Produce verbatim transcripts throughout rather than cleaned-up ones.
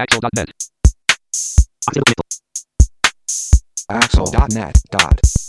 Axel ドットネット Axel ドットネット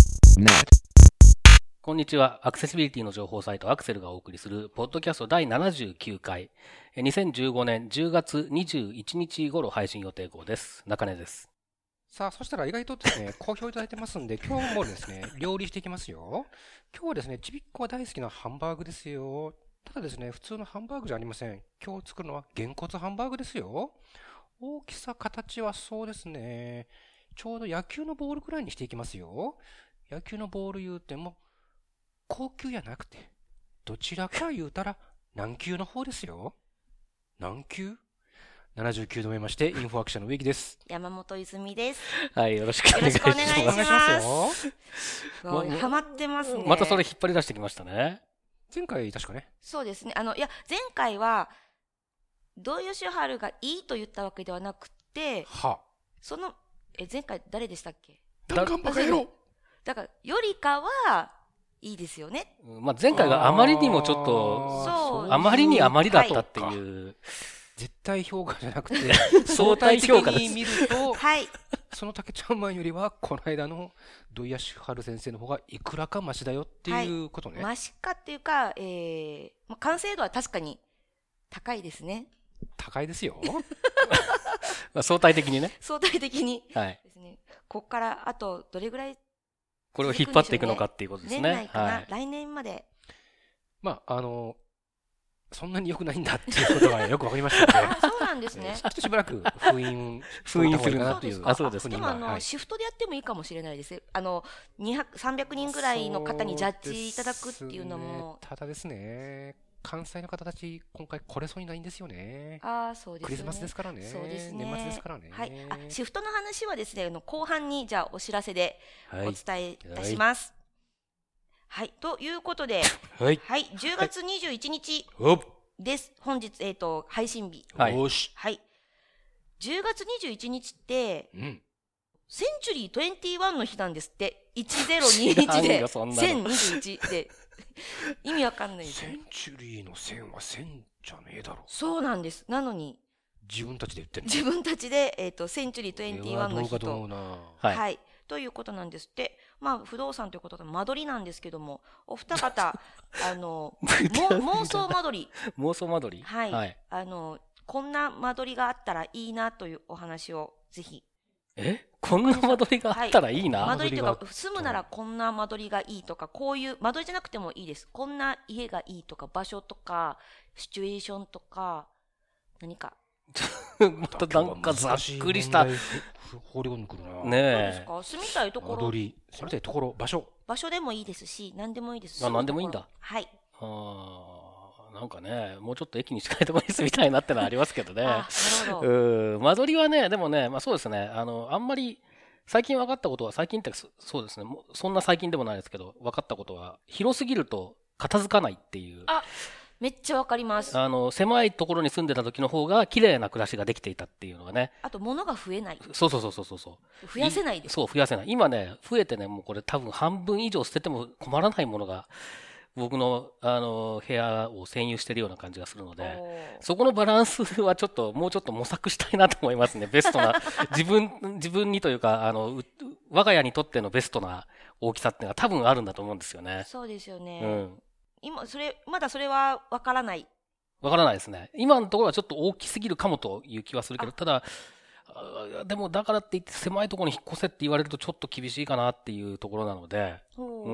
こんにちは。アクセシビリティの情報サイトアクセルがお送りするポッドキャストだいななじゅうきゅうかい、にせんじゅうごねんじゅうがつにじゅういちにち頃配信予定号です。中根です。 さあ、そしたら意外とですね、好評いただいてますんで、今日もですね、料理していきますよ。今日はですね、ちびっこが大好きなハンバーグですよ。ただですね、普通のハンバーグじゃありません。今日作るのはげんこつハンバーグですよ。大きさ、形はそうですね、ちょうど野球のボールくらいにしていきますよ。野球のボール言うても、高級やなくて、どちらか言うたら軟球の方ですよ。軟球ななじゅうきゅうどめまして、インフォアクションの植木です。 山本泉です。 はい、よろしくお願いします。 よろしくお願いしますお願いしますよ。 もうハマってますね。 またそれ引っ張り出してきましたね。 前回確かね。 そうですね。あの、いや、前回は、土井善晴がいいと言ったわけではなくて、 は。 その、え、前回誰でしたっけ？ ダンカンバカ野郎。 だから、よりかは、いいですよね。 まあ、前回があまりにもちょっと、 そう。 あまりにあまりだったっていう。 絶対評価じゃなくて、 相対評価です相対的に見ると、 はい。 その竹ちゃんマンよりは、この間の土井善晴先生の方がいくらかマシだよっていうことね。 マシかっていうか、えー、まあ完成度は確かに高いですね。 高いですよ。 まあ相対的にね。 相対的に。 はい。 ですね。ここから、あと、どれぐらいこれを引っ張っていくのかっていうことですね。 年内かな、 はい、 来年まで。 まあ、あの、そんなに良くないんだっていうことがよくわかりましたので。 そうなんですね。 ちょっとしばらく封印、 封印するなという。 あ、そうですでもあの、はい、シフトでやってもいいかもしれないです。あの、にひゃく、さんびゃくにんぐらいの方にジャッジいただくっていうのも。 ね、ただですね、関西の方たち、今回来れそうにないんですよね。 ああ、そうですね。 クリスマスですからね。 そうですね。 年末ですからね。 はい。あ、シフトの話はですね、あの後半にじゃあお知らせでお伝えいたします。はい。はい、ということで、 はい。 はい。じゅうがつにじゅういちにちです。本日、えっと、配信日。 はい。 よし。 はい。じゅうがつにじゅういちにちって、 うん。 センチュリーにじゅういちの日なんですって。いちぜろにいちで、せんにじゅういちで。意味わかんないですね。センチュリーの線は線じゃねえだろ。 そうなんです。なのに。 自分たちで言ってる自分たちで、えっと、センチュリーにじゅういちの日と。 はい。 はい。ということなんですって。まあ、不動産ということで、間取りなんですけども、お二方、あの、妄想間取り。 妄想間取りはい。はい、あの、こんな間取りがあったらいいなというお話を、ぜひ。 えこんな間取りがあったらいいな、はい、 間取りというか、住むならこんな間取りがいいとか、こういう、間取りじゃなくてもいいです。こんな家がいいとか、場所とか、シチュエーションとか、何か。 またなんかざっくりした。 放り込んでくるな。 ねえ。 どうですか？住みたいところ。 間取り。住みたいところ、場所。 場所でもいいですし、何でもいいですし。 あ、何でもいいんだ。 はい。 ああ、なんかね、もうちょっと駅に近いところに住みたいなってのはありますけどね。 あ、なるほど。 うん、間取りはね、でもね、まあそうですね、あの、あんまり、最近分かったことは、最近ってそうですね、もうそんな最近でもないですけど、分かったことは、広すぎると片付かないっていう。 あ、めっちゃわかります。 あの、狭いところに住んでた時の方が綺麗な暮らしができていたっていうのがね。 あと、物が増えない。 そうそうそうそうそう。 増やせないです。 そう、増やせない。今ね、増えてね、もうこれ多分半分以上捨てても困らないものが、僕の、あの、部屋を占有してるような感じがするので、そこのバランスはちょっと、もうちょっと模索したいなと思いますね。ベストな、自分、自分にというか、あの、我が家にとってのベストな大きさっていうのが多分あるんだと思うんですよね。 そうですよね。 うん。 今、それ、まだそれはわからない。 わからないですね。今のところはちょっと大きすぎるかもという気はするけど、ただ、でもだからって言って狭いところに引っ越せって言われるとちょっと厳しいかなっていうところなので、うん、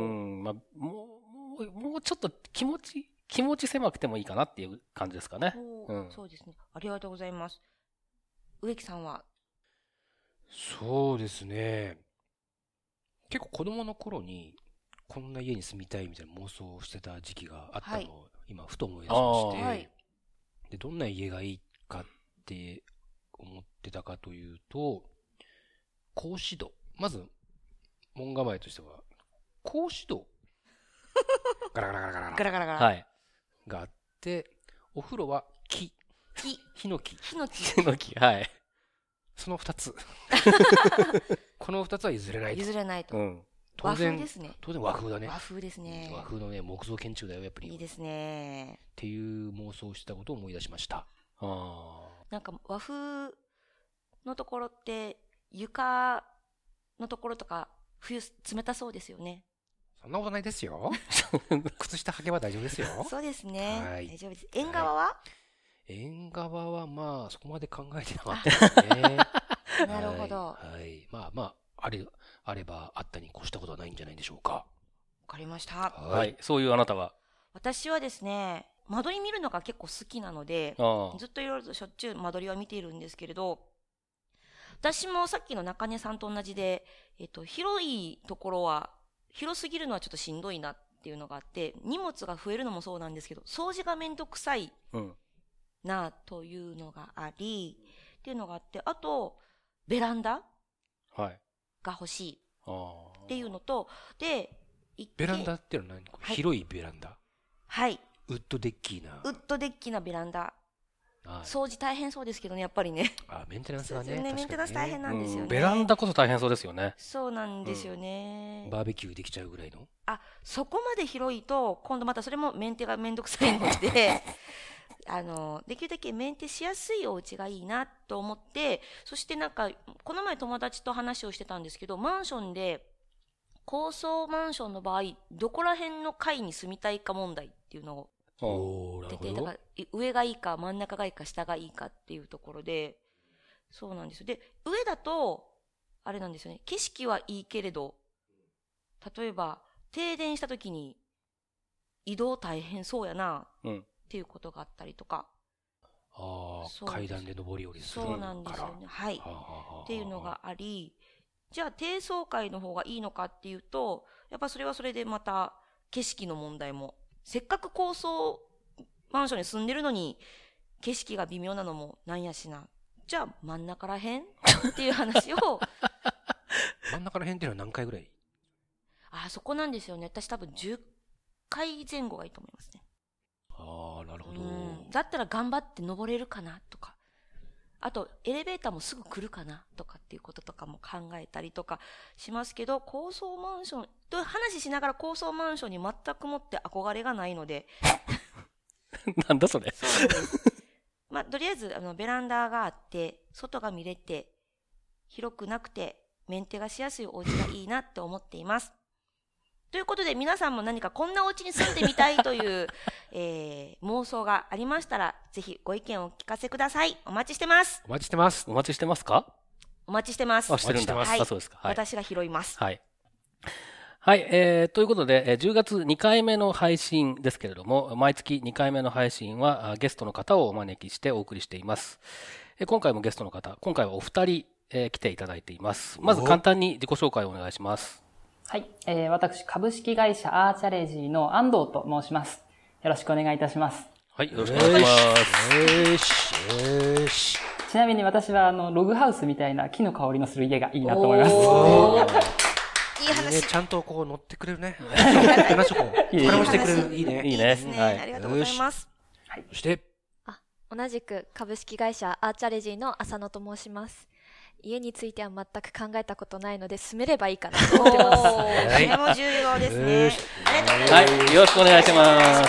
まあ、もう、もうちょっと気持ち、気持ち狭くてもいいかなっていう感じですかね。 うん、そうですね。ありがとうございます。植木さんは？ そうですね。結構子供の頃に、こんな家に住みたいみたいな妄想をしてた時期があったのを、今ふと思い出しまして、はい、でどんな家がいいかって思ってたかというと、格子戸。まず、門構えとしては、格子戸。ガラガラガラガラガラガラガラ。 はい。 があって、お風呂は木。 木。 ヒノキ。 ヒノキ。 ヒノキ。はい。 その二つ。この二つは譲れないと。 譲れないと。うん。 当然和風ですね。 当然和風だね。 和風ですね。 和風のね、木造建築だよ、やっぱり。 いいですね。 っていう妄想をしたことを思い出しました。 あなんか和風のところって床のところとか冬冷たそうですよね。 そんなことないですよ。靴下履けば大丈夫ですよ。 そうですね。 はい大丈夫です。縁側は、 はい、縁側はまあそこまで考えてなかったですね。 なるほど。 はい、はい、まあまああれあればあったに越したことはないんじゃないでしょうか。わかりました。 はい、はい、そういうあなたは。 私はですね、間取り見るのが結構好きなので、ずっといろいろとしょっちゅう間取りは見ているんですけれど、私もさっきの中根さんと同じで、えっと、広いところは、広すぎるのはちょっとしんどいなっていうのがあって、荷物が増えるのもそうなんですけど、掃除がめんどくさいなというのがあり、うん、っていうのがあって、あと、ベランダが欲しいっていうのと、で、 ベランダっていうのは何、はい、広いベランダ、 はい。 ウッドデッキーな。 ウッドデッキーなベランダ。掃除大変そうですけどね、やっぱりね。 あ、メンテナンスがね。 ね、メンテナンス大変なんですよね、うん。 ベランダこそ大変そうですよね。 そうなんですよね、 うん。バーベキューできちゃうぐらいの。 あ、そこまで広いと、今度またそれもメンテがめんどくさいので、あの、できるだけメンテしやすいお家がいいなと思って、そしてなんか、この前友達と話をしてたんですけど、マンションで、高層マンションの場合、どこら辺の階に住みたいか問題っていうのを出て、だから上がいいか真ん中がいいか下がいいかっていうところで、そうなんですよ。で、上だと、あれなんですよね、景色はいいけれど、例えば停電した時に移動大変そうやなっていうことがあったりとか。 うん、ああ、階段で上り下りするから。そうなんですよね。はい。っていうのがあり、じゃあ低層階の方がいいのかっていうと、やっぱそれはそれでまた景色の問題も、せっかく高層マンションに住んでるのに景色が微妙なのもなんやしな。じゃあ真ん中らへんっていう話を真ん中らへんっていうのは何回ぐらい？ ああ、そこなんですよね。私多分じゅっかいぜん後がいいと思いますね。 ああ、なるほど。 うん。だったら頑張って登れるかなとか。あと、エレベーターもすぐ来るかなとかっていうこととかも考えたりとかしますけど、高層マンション、と話しながら高層マンションに全くもって憧れがないので。 なんだそれ。 そうです。まあ、とりあえず、あの、ベランダがあって、外が見れて、広くなくて、メンテがしやすいお家がいいなって思っています。ということで、皆さんも何かこんなお家に住んでみたいという、えー、妄想がありましたら、ぜひご意見をお聞かせください。お待ちしてます。 お待ちしてます。 お待ちしてますか？ お待ちしてます。 あ、してるんだ。 はい。 あ、そうですか。はい。 私が拾います。 はい。はい、えー、ということで、じゅうがつにかいめの配信ですけれども、毎月にかいめの配信はゲストの方をお招きしてお送りしています。今回もゲストの方、今回はお二人、えー、来ていただいています。まず簡単に自己紹介をお願いします。 はい、えー、私、株式会社アーチャレジーの安藤と申します。よろしくお願いいたします。 はい、よろしくお願いします。 よし、よし。 ちなみに私は、あの、ログハウスみたいな木の香りのする家がいいなと思います。 いい話、ね。 ちゃんとこう乗ってくれるね。話をこう、膨らましてくれる。いいね。 いいね。 はい。ありがとうございます。 はい。そして、 あ、同じく株式会社アーチャレジーの浅野と申します。家については全く考えたことないので住めればいいかなと思ってます。 それも重要ですね。 ありがとうございます。はい、よろしくお願いします。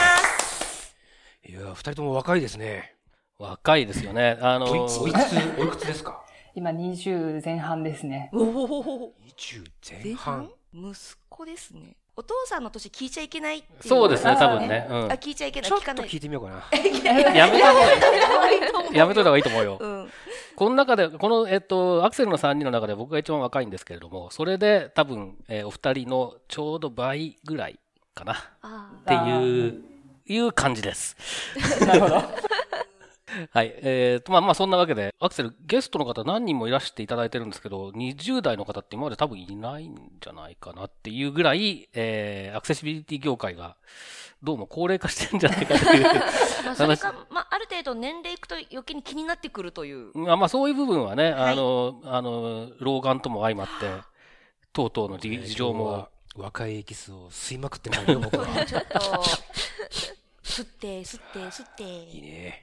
いや、二人とも若いですね。 若いですよね。あのー、おいくつ、おいくつですか？ 今にじゅうぜん半ですね。 おお。 にじゅうぜん半。 息子ですね。お父さんの年聞いちゃいけないっていう。 そうですね、多分ね。 うん、あ、聞いちゃいけない。 ちょっと聞いてみようかな。 やめた方がいい。やめといた方がいいと思うよ。 うん、 この中で、この、えっと、アクセルのさんにんの中で僕が一番若いんですけれども、それで多分、えー、お二人のちょうど倍ぐらいかな。っていう、いう感じです。 なるほど。 はい。えーと、まあまあそんなわけで、アクセル、ゲストの方何人もいらしていただいてるんですけど、にじゅう代の方って今まで多分いないんじゃないかなっていうぐらい、えー、アクセシビリティ業界がどうも高齢化してるんじゃないかというまあそれか、まあある程度年齢いくと余計に気になってくるという。 まあまあそういう部分はね、 はい、 あの、あの、老眼とも相まって、とうとうの事情も。 若いエキスを吸いまくってますよ、僕は。 ちょっと。吸って、吸って、吸って。 いいね。 うん。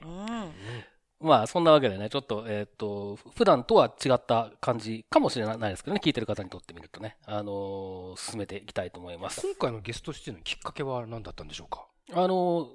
まあ、そんなわけでね、ちょっと、えっと、普段とは違った感じかもしれないですけどね、聞いてる方にとってみるとね、あのー、進めていきたいと思います。 今回のゲスト出演のきっかけは何だったんでしょうか？ あのー、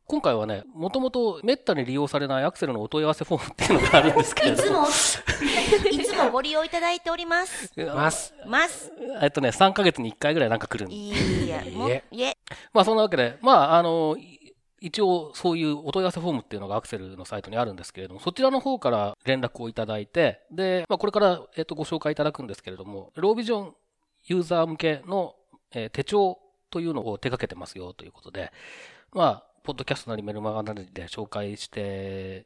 今回はね、もともとめったに利用されないアクセルのお問い合わせフォームっていうのがあるんですけれどいつも、いつもご利用いただいております。 ます。 ます。 えっとね、さんかげつにいっかいぐらいなんか来るんで。 いや、もう、いえ。 まあそんなわけで、まああの、一応そういうお問い合わせフォームっていうのがアクセルのサイトにあるんですけれども、そちらの方から連絡をいただいて、で、まあこれから、えっと、ご紹介いただくんですけれども、ロービジョンユーザー向けの、えー、手帳というのを手掛けてますよということで、まあ、ポッドキャストなりメルマガなりで紹介して、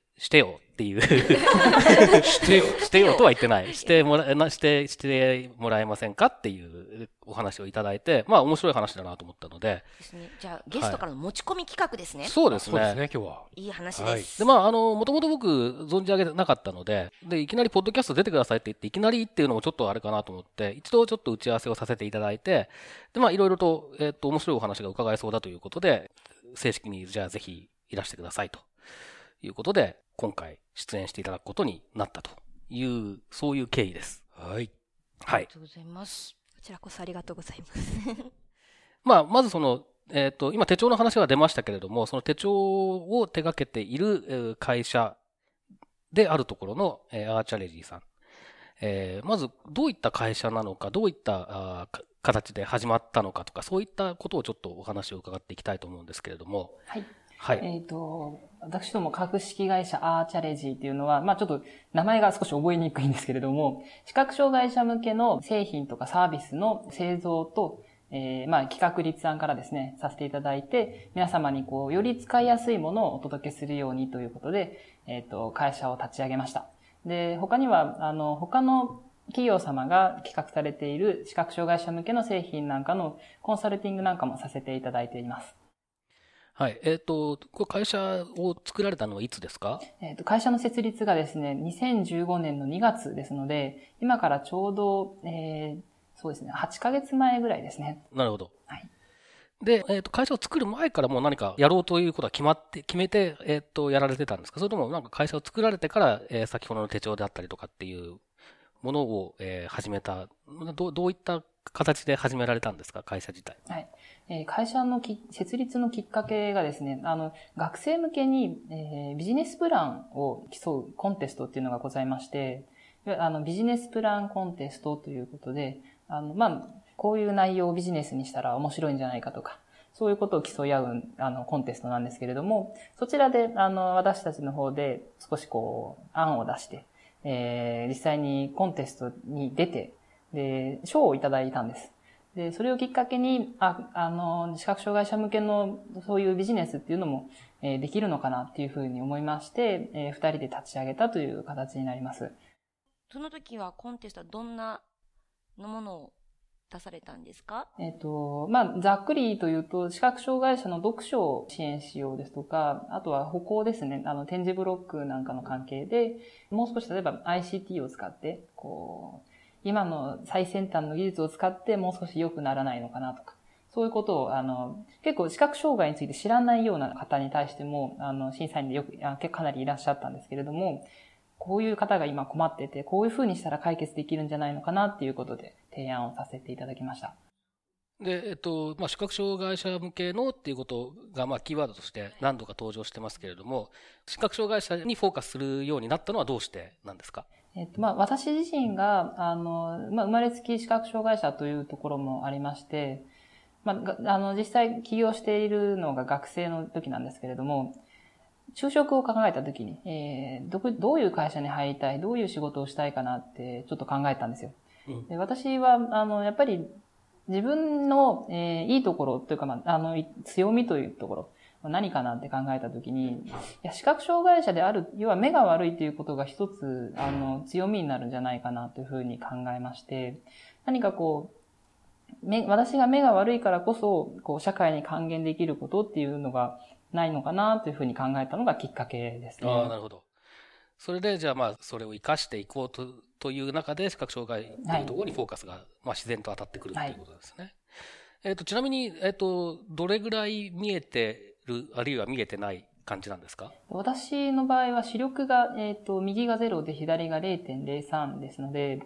してよっていう。してよ。してよとは言ってない。してもらえ、して、してもらえませんかっていうお話をいただいて、まあ面白い話だなと思ったので。 ですね。じゃあ、ゲストからの持ち込み企画ですね。 はい、そうですね。 そうですね、今日は。 いい話です。はい、 で、まあ、あの、もともと僕、存じ上げてなかったので、で、いきなりポッドキャスト出てくださいって言って、いきなりっていうのもちょっとあれかなと思って、一度ちょっと打ち合わせをさせていただいて、で、まあ、いろいろと、えっと、面白いお話が伺えそうだということで、正式に、じゃあぜひいらしてくださいということで、今回出演していただくことになったという、そういう経緯です。 はい。 はい。ありがとうございます。 こちらこそありがとうございます。 まあ、まずその、えっと、今手帳の話が出ましたけれども、その手帳を手掛けている会社であるところの、えー、アーチャレジーさん。えー、まず、どういった会社なのか、どういったあ形で始まったのかとか、そういったことをちょっとお話を伺っていきたいと思うんですけれども。 はい。 はい。 えっと、私ども株式会社アーチャレジーっていうのは、まあちょっと名前が少し覚えにくいんですけれども、視覚障害者向けの製品とかサービスの製造と、えー、まあ企画立案からですね、させていただいて、皆様にこう、より使いやすいものをお届けするようにということで、えっと、会社を立ち上げました。で、他には、あの、他の企業様が企画されている視覚障害者向けの製品なんかのコンサルティングなんかもさせていただいています。 はい。えっと、これ会社を作られたのはいつですか？ えっと、会社の設立がですね、にせんじゅうごねんのにがつですので、今からちょうど、えー、そうですね、はちかげつまえぐらいですね。 なるほど。 はい。 で、えっと、会社を作る前からもう何かやろうということは決まって、決めて、えっと、やられてたんですか？それともなんか会社を作られてから、えー、先ほどの手帳であったりとかっていうものを、えー、始めた、ど、どういった形で始められたんですか？会社自体。 はい。えー、会社のき設立のきっかけがですね、あの、学生向けに、えー、ビジネスプランを競うコンテストっていうのがございまして、あの、ビジネスプランコンテストということで、あの、まあ、こういう内容をビジネスにしたら面白いんじゃないかとか、そういうことを競い合う、あの、コンテストなんですけれども、そちらで、あの、私たちの方で少しこう、案を出して、えー、実際にコンテストに出て、で、賞をいただいたんです。で、それをきっかけに、あ、あの、視覚障害者向けのそういうビジネスっていうのも、えー、できるのかなっていうふうに思いまして、えー、二人で立ち上げたという形になります。 その時はコンテストはどんなのものを出されたんですか？ えっと、まあ、ざっくりというと、視覚障害者の読書を支援しようですとか、あとは歩行ですね、あの、点字ブロックなんかの関係で、もう少し例えば アイシーティー を使って、こう、今の最先端の技術を使ってもう少し良くならないのかなとか、そういうことを、あの、結構視覚障害について知らないような方に対しても、あの、審査員でよく、かなりいらっしゃったんですけれども、こういう方が今困ってて、こういう風にしたら解決できるんじゃないのかなっていうことで提案をさせていただきました。 で、えっと、まあ、視覚障害者向けのっていうことが、まあ、キーワードとして何度か登場してますけれども、視覚障害者にフォーカスするようになったのはどうしてなんですか？ えっと、まあ、私自身が、あの、まあ、生まれつき視覚障害者というところもありまして、まあ、あの、実際起業しているのが学生の時なんですけれども、就職を考えた時に、えー、ど、どういう会社に入りたい、どういう仕事をしたいかなってちょっと考えたんですよ。うん、で私は、あの、やっぱり自分の、えー、いいところというか、まあ、あの、強みというところ、何かなって考えたときに、いや、視覚障害者である、要は目が悪いということが一つ、あの、強みになるんじゃないかなというふうに考えまして、何かこう、目、私が目が悪いからこそ、こう、社会に還元できることっていうのがないのかなというふうに考えたのがきっかけですね。 ああ、なるほど。それで、じゃあまあ、それを活かしていこうと、という中で、視覚障害というところにフォーカスが、はい、まあ、自然と当たってくるということですね。はい、えっと、ちなみに、えっと、どれぐらい見えて、あるいは見えてない感じなんですか？ 私の場合は視力が、えっと、右がゼロで左が れいてんれいさん ですので、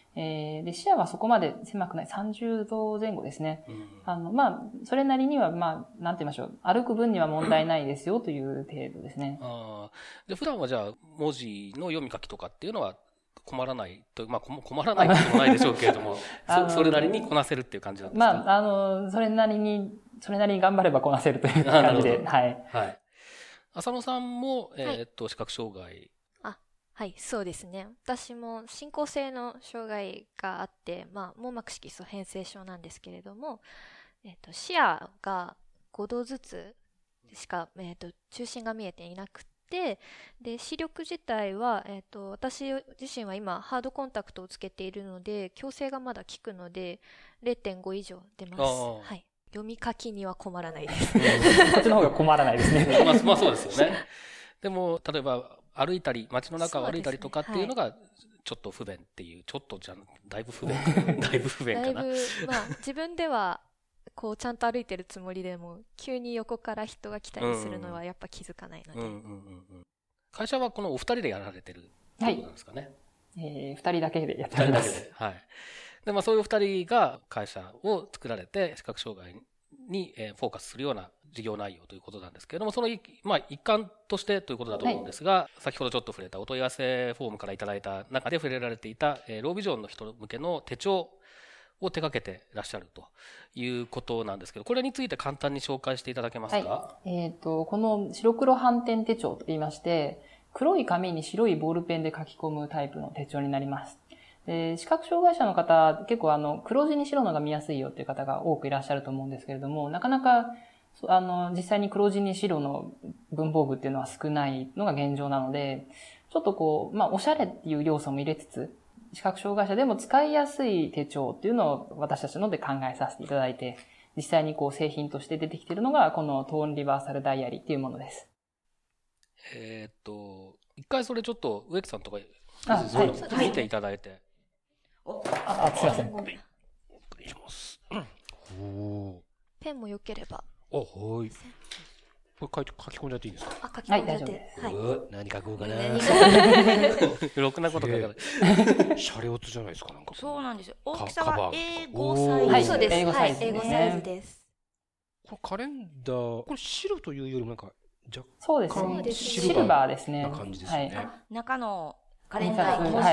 えー、で、視野はそこまで狭くない、さんじゅうどぜん後ですね。 うん、 あの、まあ、それなりには、まあ、なんて言いましょう、歩く分には問題ないですよという程度ですね。 あで普段はじゃあ、文字の読み書きとかっていうのは困らないと、まあ、困らないこともないでしょうけれども、そ, それなりにこなせるっていう感じなんですか？ まあ、あの、それなりに、それなりに頑張ればこなせるという感じで、はい。 はい。浅野さんも、えー、っと、視覚障害。 あ、はい、そうですね。私も進行性の障害があって、まあ、網膜色素変性症なんですけれども、えっと、視野がごどずつしか、えっと、中心が見えていなくて、で、視力自体は、えっと、私自身は今、ハードコンタクトをつけているので、矯正がまだ効くので、れいてんご以上出ます。はい。読み書きには困らないです。こっちの方が困らないですね。 まあ、まあそうですよね。でも、例えば歩いたり、街の中を歩いたりとかっていうのが、ちょっと不便っていう、ちょっとじゃん、だいぶ不便だいぶ不便かな。 だいぶ、まあ、自分では、こう、ちゃんと歩いてるつもりでも、急に横から人が来たりするのはやっぱ気づかないので。うんうんうんうん、会社はこのお二人でやられてるってことなんですかね。 はい。えー、二人だけでやっております。二人だけで。 はい。で、まあそういう二人が会社を作られて、視覚障害にフォーカスするような事業内容ということなんですけれども、その、まあ、一環としてということだと思うんですが、はい、先ほどちょっと触れたお問い合わせフォームからいただいた中で触れられていた、えー、ロービジョンの人向けの手帳を手掛けていらっしゃるということなんですけど、これについて簡単に紹介していただけますか？ はい、えっと、この白黒反転手帳と言いまして、黒い紙に白いボールペンで書き込むタイプの手帳になります。で、視覚障害者の方、結構あの、黒字に白のが見やすいよっていう方が多くいらっしゃると思うんですけれども、なかなか、あの、実際に黒字に白の文房具っていうのは少ないのが現状なので、ちょっとこう、まあ、おしゃれっていう要素も入れつつ、視覚障害者でも使いやすい手帳っていうのを私たちので考えさせていただいて、実際にこう製品として出てきているのが、このトーンリバーサルダイアリーっていうものです。 えー、っと、一回それちょっと植木さんとか、 あ、はい、 見ていただいて。 あ、あ、すいません。 お願いします。おペンも良ければ。 あ、はい。これ書いて、書き込んじゃっていいんですか？ あ、書き込んじゃって。はい。 何書こうかな。 ろくなこと書かない。 シャレオツじゃないですか、なんか。 そうなんですよ。大きさはエーごサイズ。 はい、そうです。 英語サイズ。 英語サイズです。 これカレンダー、これ白というよりもなんか、 若干そうですね。シルバーですね。 な感じですね。 はい、中のカレンダー、 はい。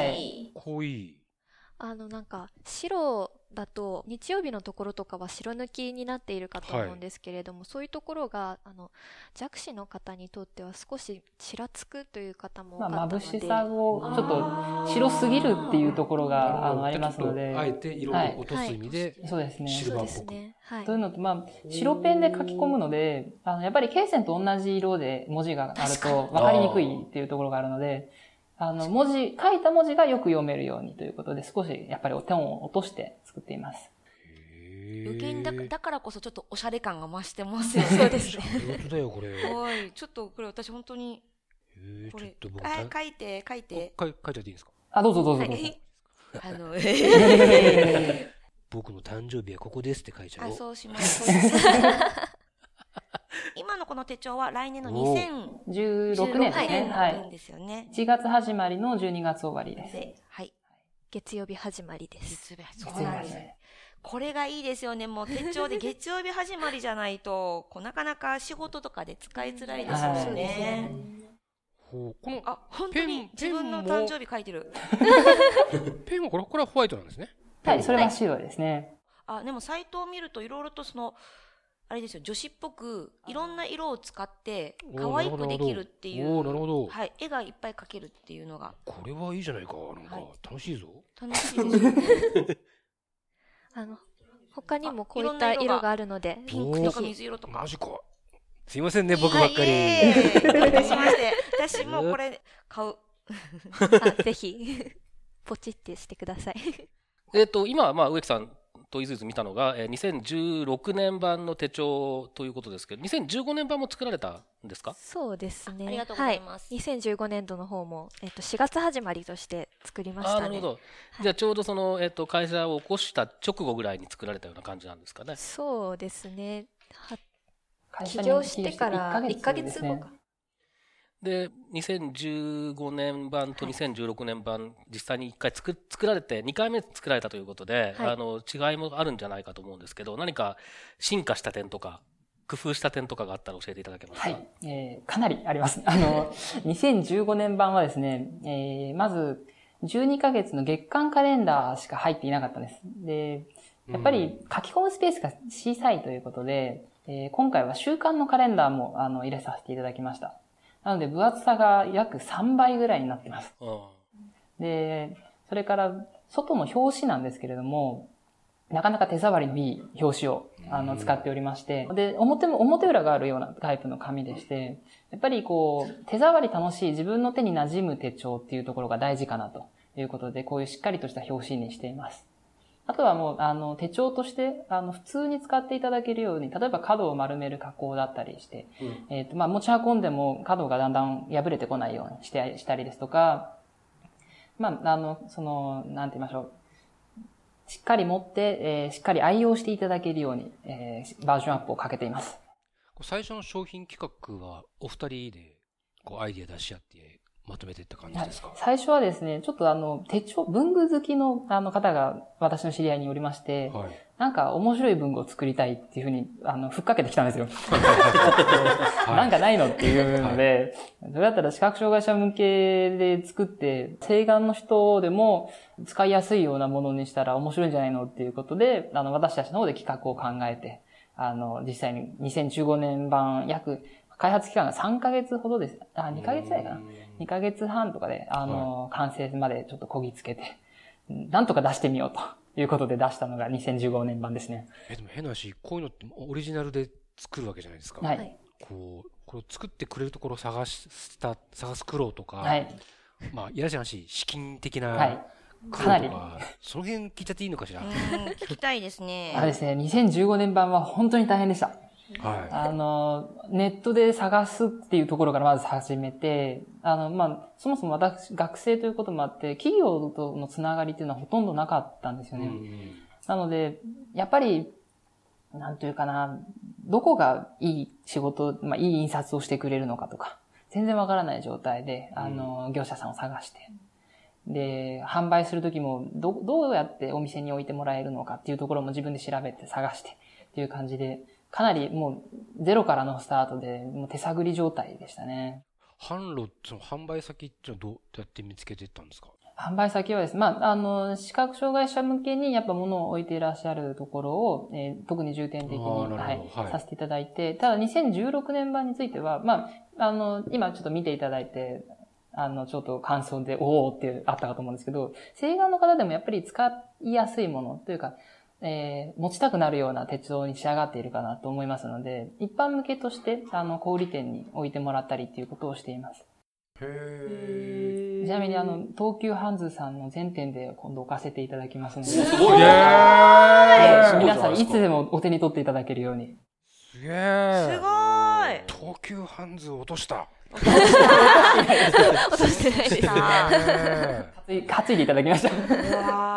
濃い。 あのなんか白だと日曜日のところとかは白抜きになっているかと思うんですけれども、はい、そういうところがあの弱視の方にとっては少しちらつくという方も多かったので、まあ、 眩しさをちょっと白すぎるっていうところがあのありますので、 あえて色を落とす意味で、 はい、そうですね。 シルバーっぽく。 はい、 というのと、まあ、白ペンで書き込むので、あのやっぱり罫線と同じ色で文字があると分かりにくいっていうところがあるので、あの、文字、書いた文字がよく読めるようにということで、少し、やっぱりトーンを落として作っています。 余計にだ、だからこそちょっとおしゃれ感が増してますよね。 そうですね。 本当だよ、これ。 はい。ちょっと、これ私本当に、これ、ちょっと僕書いて、書いて。 書いちゃっていいですか？ あ、どうぞどうぞどうぞ。 あの、 僕の誕生日はここですって書いちゃおう。 あ、そうします。今のこの手帳は来年のにせんじゅうろくねんですね。 はい。ですよね。 いちがつ始まりのじゅうにがつ終わりです。 はい。 月曜日始まりです。 月曜日始まり。これがいいですよね。もう手帳で月曜日始まりじゃないと、こうなかなか仕事とかで使いづらいですよね。 ほう、このあ、本当に自分の誕生日書いてる。 ペンはこれこれはホワイトなんですね。 はい、それは白ですね。 あ、でもサイトを見るといろいろとそのあれですよ、女子っぽくいろんな色を使って可愛くできるっていう、 おー、なるほど。 はい、絵がいっぱい描けるっていうのが。 これはいいじゃないか、なんか楽しいぞ。 楽しいですよね。 あの他にもこういった色があるので、 ピンクとか水色とか。 マジか。すいませんね、僕ばっかり。 どういたしまして、私もこれ買う。 あ、ぜひポチってしてください。 えっと今まあ植木さんといずいず見たのが、えー、にせんじゅうろくねん版の手帳ということですけど、にせんじゅうごねん版も作られたんですか？ そうですね。 ありがとうございます。 はい、にせんじゅうごねん度の方も、えっと、しがつ始まりとして作りましたね。 あ、なるほど。はい、じゃあちょうどその、えっと、会社を起こした直後ぐらいに作られたような感じなんですかね。 そうですね。は起業してからいっかげつごか。 で、にせんじゅうごねん版とにせんじゅうろくねん版、実際にいっかい作作られて、にかいめ作られたということで、 はいあの、違いもあるんじゃないかと思うんですけど、何か進化した点とか、工夫した点とかがあったら教えていただけますか？ はい。えー、かなりあります。あの、にせんじゅうごねん版はですね、えー、まず、じゅうにかげつの月間カレンダーしか入っていなかったんです。で、やっぱり書き込むスペースが小さいということで、えー、今回は週間のカレンダーもあの入れさせていただきました。なので分厚さが約さんばいぐらいになっています。 うん、 で、それから外の表紙なんですけれども、なかなか手触りのいい表紙をあの使っておりまして、で、表も、表裏があるようなタイプの紙でして、やっぱりこう、手触り楽しい自分の手に馴染む手帳っていうところが大事かなということで、こういうしっかりとした表紙にしています。あとはもう、あの、手帳として、あの、普通に使っていただけるように、例えば角を丸める加工だったりして、うん、えっと、まあ、持ち運んでも角がだんだん破れてこないようにして、したりですとか、まあ、あの、その、なんて言いましょう。しっかり持って、えー、しっかり愛用していただけるように、えー、バージョンアップをかけています。 最初の商品企画はお二人でこうアイディア出し合ってまとめていった感じですか？ 最初はですね、ちょっとあの、手帳、文具好きのあの方が私の知り合いにおりまして、はい、なんか面白い文具を作りたいっていうふうに、あの、ふっかけてきたんですよ。なんかないのっていうので、はい、それだったら視覚障害者向けで作って、請願の人でも使いやすいようなものにしたら面白いんじゃないのっていうことで、あの、私たちの方で企画を考えて、あの、実際ににせんじゅうごねん版約、開発期間がさんかげつほどです。あ、にかげつぐらいかな。にかげつはんとかで、あの、はい、完成までちょっとこぎつけて、なんとか出してみようということで出したのがにせんじゅうごねん版ですね。 え、でも変な話、こういうのってオリジナルで作るわけじゃないですか。 はい。 こう、これを作ってくれるところを探した、探す苦労とか、 はい。 まあ、いらっしゃい話、資金的な、 はい。かなり。 その辺聞いちゃっていいのかしら。 聞きたいですね。 あれですね、にせんじゅうごねん版は本当に大変でした。 はい。 あの、ネットで探すっていうところからまず始めて、あの、まあ、そもそも私、学生ということもあって、企業とのつながりっていうのはほとんどなかったんですよね。うん、なので、やっぱり、なんというかな、どこがいい仕事、まあ、いい印刷をしてくれるのかとか、全然わからない状態で、あの、業者さんを探して、で、販売するときも、ど、どうやってお店に置いてもらえるのかっていうところも自分で調べて探してっていう感じで、かなりもうゼロからのスタートで、もう手探り状態でしたね。 販路、その販売先ってのはどうやって見つけていったんですか？ 販売先はですね、まあ、あの、視覚障害者向けにやっぱ物を置いていらっしゃるところを、えー、特に重点的に、はい、はい、させていただいて、ただにせんじゅうろくねん版については、まあ、あの、今ちょっと見ていただいて、あの、ちょっと感想で、おーってあったかと思うんですけど、請願の方でもやっぱり使いやすいものというか、えー、持ちたくなるような手帳に仕上がっているかなと思いますので、一般向けとして、あの、小売店に置いてもらったりっていうことをしています。 へー。 ちなみに、あの、東急ハンズさんの全店で今度置かせていただきますので。 すごいね。 皆さんいつでもお手に取っていただけるように。 すげー。 すごーい。 東急ハンズを落とした。 落としてないです。 担いでいただきました。 すごいですね。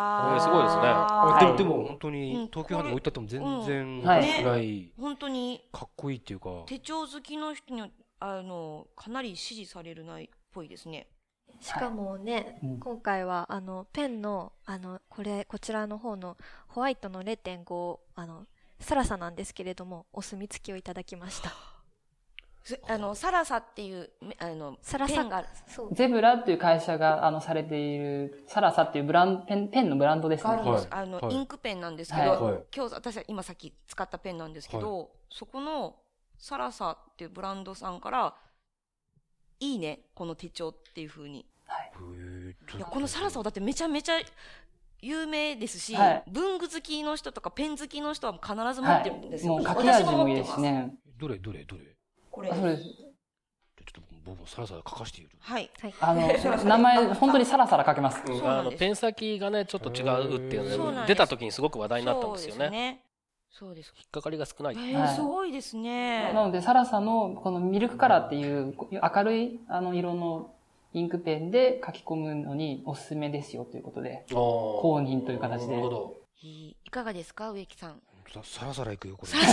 でも本当に東急ハンズ置いてあっても全然ぐらい本当にかっこいいっていうか、 手帳好きの人にあのかなり支持されるないっぽいですね。 しかもね、はい、今回はあのペンのあのこれこちらの方のホワイトの れいてんご あのサラサなんですけれどもお墨付きをいただきました。 あのサラサっていうあのサラサペンがゼブラっていう会社があのされているサラサっていうブランペンペンのブランドですね。 あるんです。あの、はい、インクペンなんですけど、はい、今日私は今さっき使ったペンなんですけど、はい、そこのサラサっていうブランドさんからいいねこの手帳っていう風に。はい。いやこのサラサはだってめちゃめちゃ有名ですし、はい、文具好きの人とかペン好きの人は必ず持ってるんですよ。 はい、もう書き味もいいですしね。 どれどれどれ。 これ。 そうです。 ちょっと僕もサラサラ書かしている。 はい。 あの、名前、本当にサラサラ書けます。 うん、あの、ペン先がね、ちょっと違うっていうので、出た時にすごく話題になったんですよね。そうですね。 そうです。 引っかかりが少ない。 えー、すごいですね。 なので、サラサの、このミルクカラーっていう明るい、あの、色のインクペンで書き込むのにおすすめですよということで、公認という形で。 なるほど。 いかがですか、植木さん。 さらさらいくよ、これ。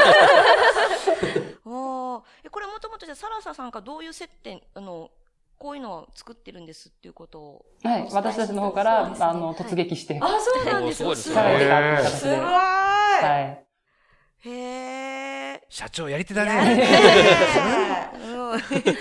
おーえ、これもともとじゃあ、サラサさんがどういう接点、あの、こういうのを作ってるんですっていうことを。 はい。私たちの方から、 そうですねあの、突撃して。 あ、そうなんですよ。 おーすすごい。 ごいですね力を使った形で。 すごい。 はい。 へー。 社長やり手だやるね。 ねーうん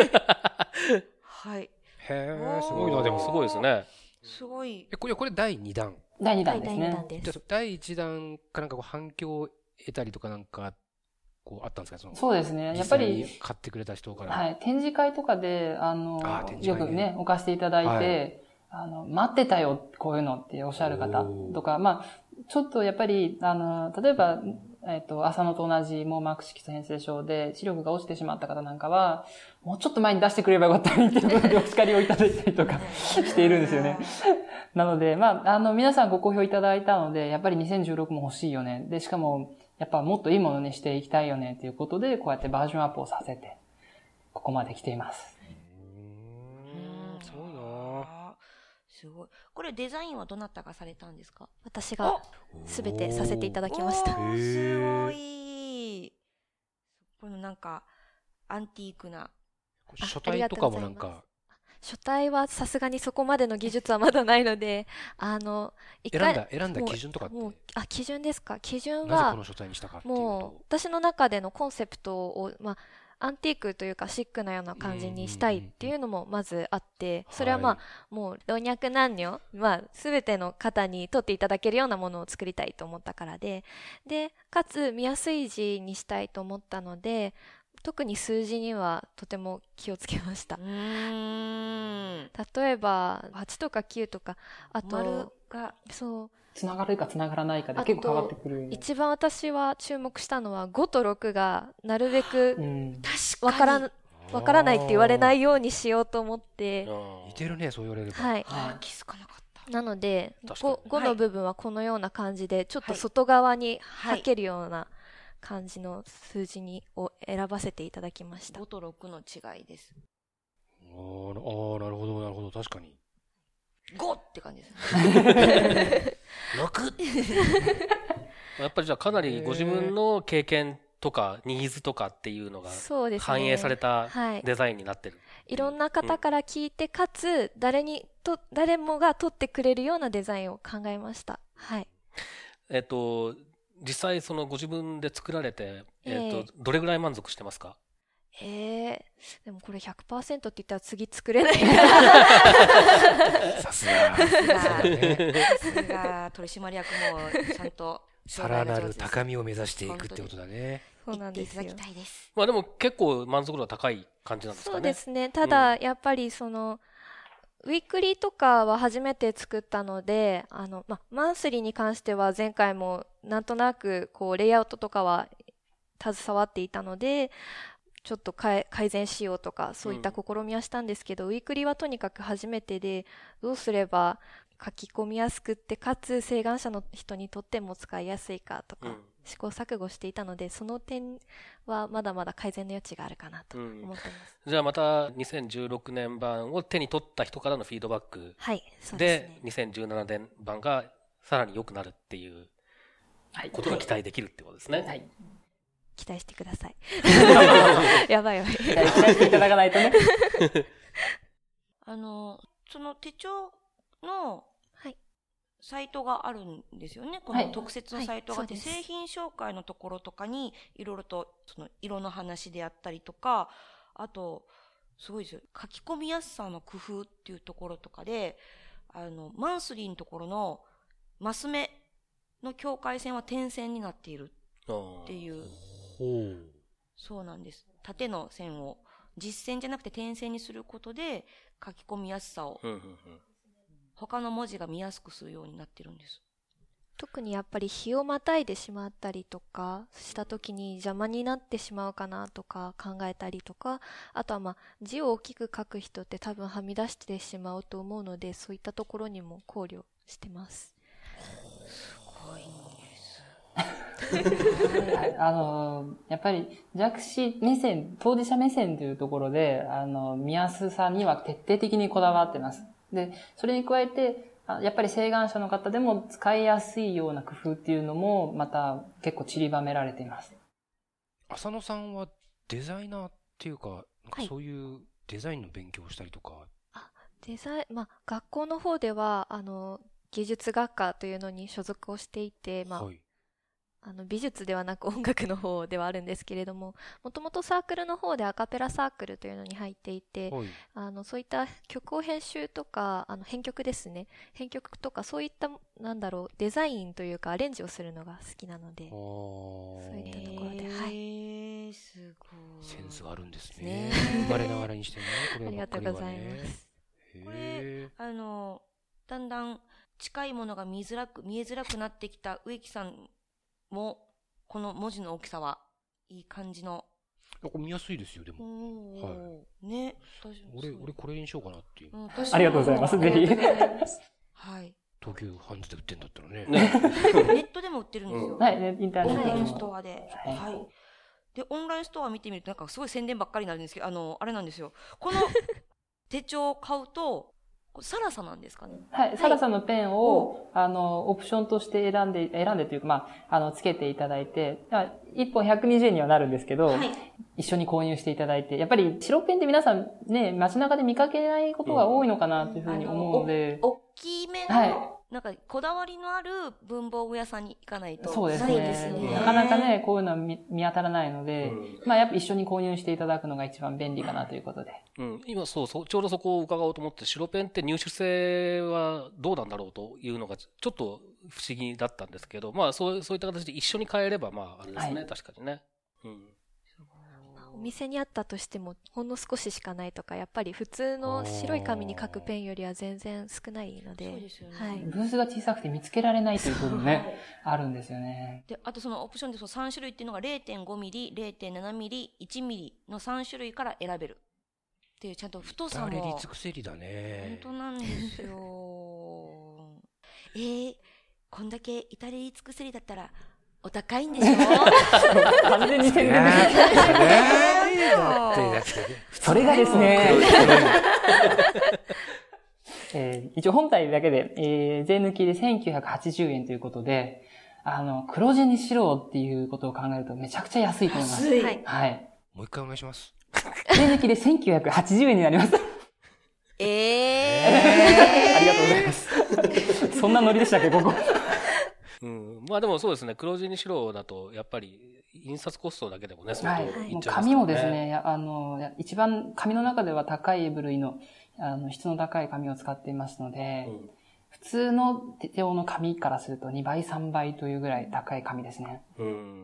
はい。 へえ、すごいな、でも。 すごいですね。 すごい。 え、これ、これだいにだん。 だいにだん第ですね。 二弾ですじゃあ、だいいちだんかなんかこう反響を得たりとかなんか、こうあったんですか、その。 そうですね。やっぱ実際りに、買ってくれた人から。 はい。展示会とかで、あの、 あ展示会ねよくね、置かせていただいて、 はいあの、待ってたよ、こういうのっておっしゃる方おーとか、まあ、ちょっとやっぱり、あの、例えば、えっと、浅野と同じ網膜色素変性症で視力が落ちてしまった方なんかは、もうちょっと前に出してくれればよかったのにっていうことでお叱りをいただいたりとかしているんですよね。なので、まあ、あの、皆さんご好評いただいたので、やっぱりにせんじゅうろくも欲しいよね。で、しかも、やっぱもっといいものにしていきたいよねということで、こうやってバージョンアップをさせて、ここまで来ています。 うーん、すごいな。 あーすごい。これデザインはどなたがされたんですか？ 私がすべてさせていただきました。 おーへーすごい。このなんか、アンティークな。 書体とかもなんか、 書体はさすがにそこまでの技術はまだないので、あの、一回選んだ、選んだ基準とかって、 もう、あ、基準ですか。基準はなぜこの、書体にしたかっていうもうと、 私の中でのコンセプトを、まあ、アンティークというかシックなような感じにしたいっていうのもまずあって、それはまあ、もう老若男女、まあ、すべての方に取っていただけるようなものを作りたいと思ったからで、で、かつ見やすい字にしたいと思ったので、特に数字にはとても気をつけましたう。ーん。 例えば、はちとかきゅうとか、あ丸と、 が、 そう、 つながるかつながらないかであと結構変わってくる。 一番私は注目したのはごとろくがなるべくうん。 確わからん、わからないって言われないようにしようと思って、 似てるね、そう言われれば。 はい。 あー気づかなかった。 なので、 確かにご, はいの部分はこのような感じで、ちょっとはい外側にはいはけるような感じの数字にを選ばせていただきました。 ごとろくの違いです。 あーなあー、なるほど、なるほど、確かに。 ごって感じです。 ろくやっぱりじゃあかなりご自分の経験とかニーズとかっていうのがそうですね。 反映されたはい。 デザインになってる。 いろんな方から聞いて、かつ、誰にと、誰もが取ってくれるようなデザインを考えました。はい。 えっと、実際そのご自分で作られて、えっええと、どれぐらい満足してますか？ えー、でもこれ ひゃくパーセント って言ったら次作れないから。 さすが。 さすが、さすが取締役もちゃんとさらなる高みを目指していくってことだね。 そうなんですよ言っていただきたいです。 まあでも結構満足度は高い感じなんですかね。 そうですね。ただ、やっぱりその、ウィークリーとかは初めて作ったので、あの、ま、マンスリーに関しては前回もなんとなくこうレイアウトとかは携わっていたので、ちょっと改善しようとかそういった試みはしたんですけど、うん、ウィークリーはとにかく初めてで、どうすれば書き込みやすくってかつ晴眼者の人にとっても使いやすいかとか、うん、試行錯誤していたので、その点はまだまだ改善の余地があるかなと思っています、 うん、じゃあまたにせんじゅうろくねん版を手に取った人からのフィードバックで、 はいそうですね、 にせんじゅうななねん版がさらに良くなるっていうことが期待できるってことですね。はいはい、 期待してください。やばいやばい。 期待していただかないとね。 あの、その手帳のサイトがあるんですよね。この特設のサイトがあって、はいはい、製品紹介のところとかにいろいろとその色の話であったりとか、あと、すごいですよ。書き込みやすさの工夫っていうところとかで、あの、マンスリーのところのマス目の境界線は点線になっているっていう。そうなんです。縦の線を実線じゃなくて点線にすることで書き込みやすさを、うんうんうん、他の文字が見やすくするようになってるんです。 特にやっぱり日をまたいでしまったりとかした時に邪魔になってしまうかなとか考えたりとか、あとはまあ字を大きく書く人って多分はみ出してしまうと思うので、そういったところにも考慮してます。 すごいはい、あのやっぱり弱視目線、当事者目線というところで、あの見やすさには徹底的にこだわってます。で、それに加えて、 やっぱり晴眼者の方でも使いやすいような工夫っていうのもまた結構散りばめられています。 浅野さんはデザイナーっていうか、なんかそういうデザインの勉強をしたりとか、はい、 あデザイン、まあ、学校の方ではあの技術学科というのに所属をしていて、まあはい、あの美術ではなく音楽の方ではあるんですけれども、もともとサークルの方でアカペラサークルというのに入っていて、はい、あのそういった曲を編集とかあの編曲ですね編曲とかそういったなんだろうデザインというかアレンジをするのが好きなので、そういったところで、はい、 すごいセンスがあるんですね。生まれながらにしてね。これありがとうございます。 これあのだんだん近いものが見づらく見えづらくなってきた植木さんもこの文字の大きさはいい感じの。 これ見やすいですよでも。 はい。ね。 俺俺これにしようかなっていう。うん、 ありがとうございます。ぜひ。 はい。 東急ハンズで売ってんだったらね。 ネットでも売ってるんですよ。 はい、インターネットオンラインストアで。はい。でオンラインストア見てみるとなんかすごい宣伝ばっかりになるんですけど、あのあれなんですよ。この手帳を買うと。サラサなんですかね。 はい、サラサのペンを、あの、オプションとして選んで、選んでというか、まあ、あの、つけていただいて、いっぽんひゃくにじゅうえんにはなるんですけど、はい、一緒に購入していただいて、やっぱり白ペンって皆さんね、街中で見かけないことが多いのかなというふうに思うので、 大きめの、はい、なんかこだわりのある文房具屋さんに行かないと。 そうですね。ですねなかなかね、こういうのは 見, 見当たらないので、うん、まあやっぱ一緒に購入していただくのが一番便利かなということで。 うん、今そうそう、ちょうどそこを伺おうと思って、白ペンって入手性はどうなんだろうというのがちょっと不思議だったんですけど、まあそう、そういった形で一緒に買えれば、まああれですね、はい、確かにね。うんお店にあったとしてもほんの少ししかないとか、やっぱり普通の白い紙に書くペンよりは全然少ないので、そうですよね、はい、 ブースが小さくて見つけられないということもねあるんですよね。 であとそのオプションでそのさん種類っていうのが れいてんごミリ、れいてんななミリ、いちミリのさん種類から選べるっていう、ちゃんと太さも至れり尽くせりだね。 本当なんですよえー、こんだけ至れり尽くせりだったらお高いんでしょ完全に宣伝ですそれがですね、えー、一応本体だけで、えー、税抜きでせんきゅうひゃくはちじゅうえんということで、あの、黒字にしろっていうことを考えるとめちゃくちゃ安いと思います。 安い。 はい。 もう一回お願いします。 税抜きでせんきゅうひゃくはちじゅうえんになります。 えー、えー、ありがとうございます。そんなノリでしたっけ、ここ。 うん、まあでもそうですね、黒字にしろだとやっぱり印刷コストだけでもね、相当いっちゃいますからね。もう紙もですね、あの一番紙の中では高い部類のあの質の高い紙を使っていますので、うん、普通の手帳の紙からするとにばいさんばいというぐらい高い紙ですね。うん、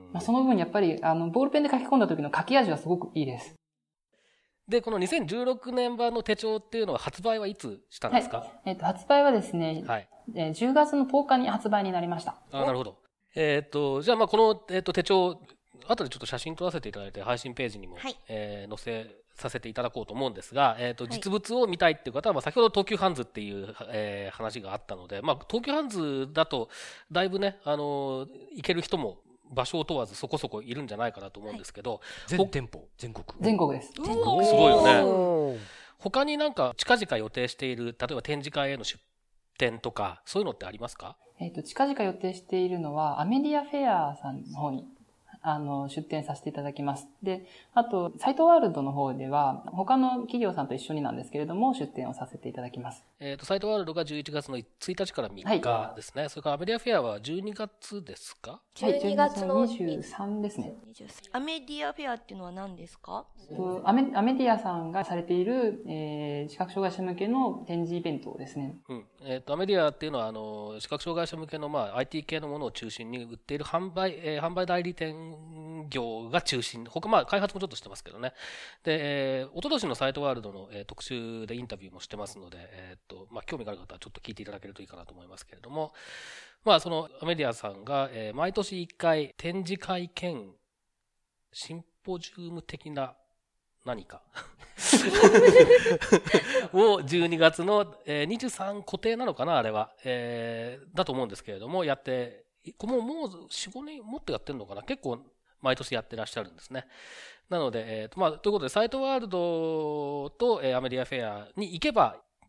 まあ、その分やっぱりあのボールペンで書き込んだ時の書き味はすごくいいです。 で、このにせんじゅうろくねん版の手帳っていうのは発売はいつしたんですか？はい、 えっと、発売はですね、はい、えー、じゅうがつのとおかに発売になりました。 あ、なるほど。えっと、じゃあまあこの、えっと、手帳、後でちょっと写真撮らせていただいて、配信ページにも、はい、えー、載せさせていただこうと思うんですが、えっと、実物を見たいっていう方は、まあ先ほど東急ハンズっていう、えー、話があったので、まあ東急ハンズだと、だいぶね、あのー、行ける人も、場所を問わずそこそこいるんじゃないかなと思うんですけど、はい、 全店舗全国全国です。 全国すごいよね。他になんか近々予定している、例えば展示会への出展とかそういうのってありますか？ えっと近々予定しているのはアメリアフェアさんの方にあの出展させていただきます。で、あとサイトワールドの方では他の企業さんと一緒になんですけれども出展をさせていただきます。 えっとサイトワールドがじゅういちがつのついたちからみっかですね。はい、それからアメリアフェアはじゅうにがつですか？ じゅうにがつのにじゅうさんですね。 アメディアフェアっていうのは何ですか？ アメ、アメディアさんがされている、えー、視覚障害者向けの展示イベントですね。 うん。えっと、アメディアっていうのは、あの、視覚障害者向けの、まあ、アイティー 系のものを中心に売っている販売、えー、販売代理店業が中心。他、まあ、開発もちょっとしてますけどね。で、えー、おととしのサイトワールドの、えー、特集でインタビューもしてますので、えっと、まあ、興味がある方はちょっと聞いていただけるといいかなと思いますけれども、まあ、そのアメディアさんが、えー、毎年いっかい展示会兼シンポジウム的な何かをじゅうにがつのにじゅうさん固定なのかなあれは、えー、だと思うんですけれどもやってもうもう よん、ごねんもっとやってるのかな結構毎年やってらっしゃるんですね。なので、えーとまあ、ということでサイトワールドと、えー、アメディアフェアに行けば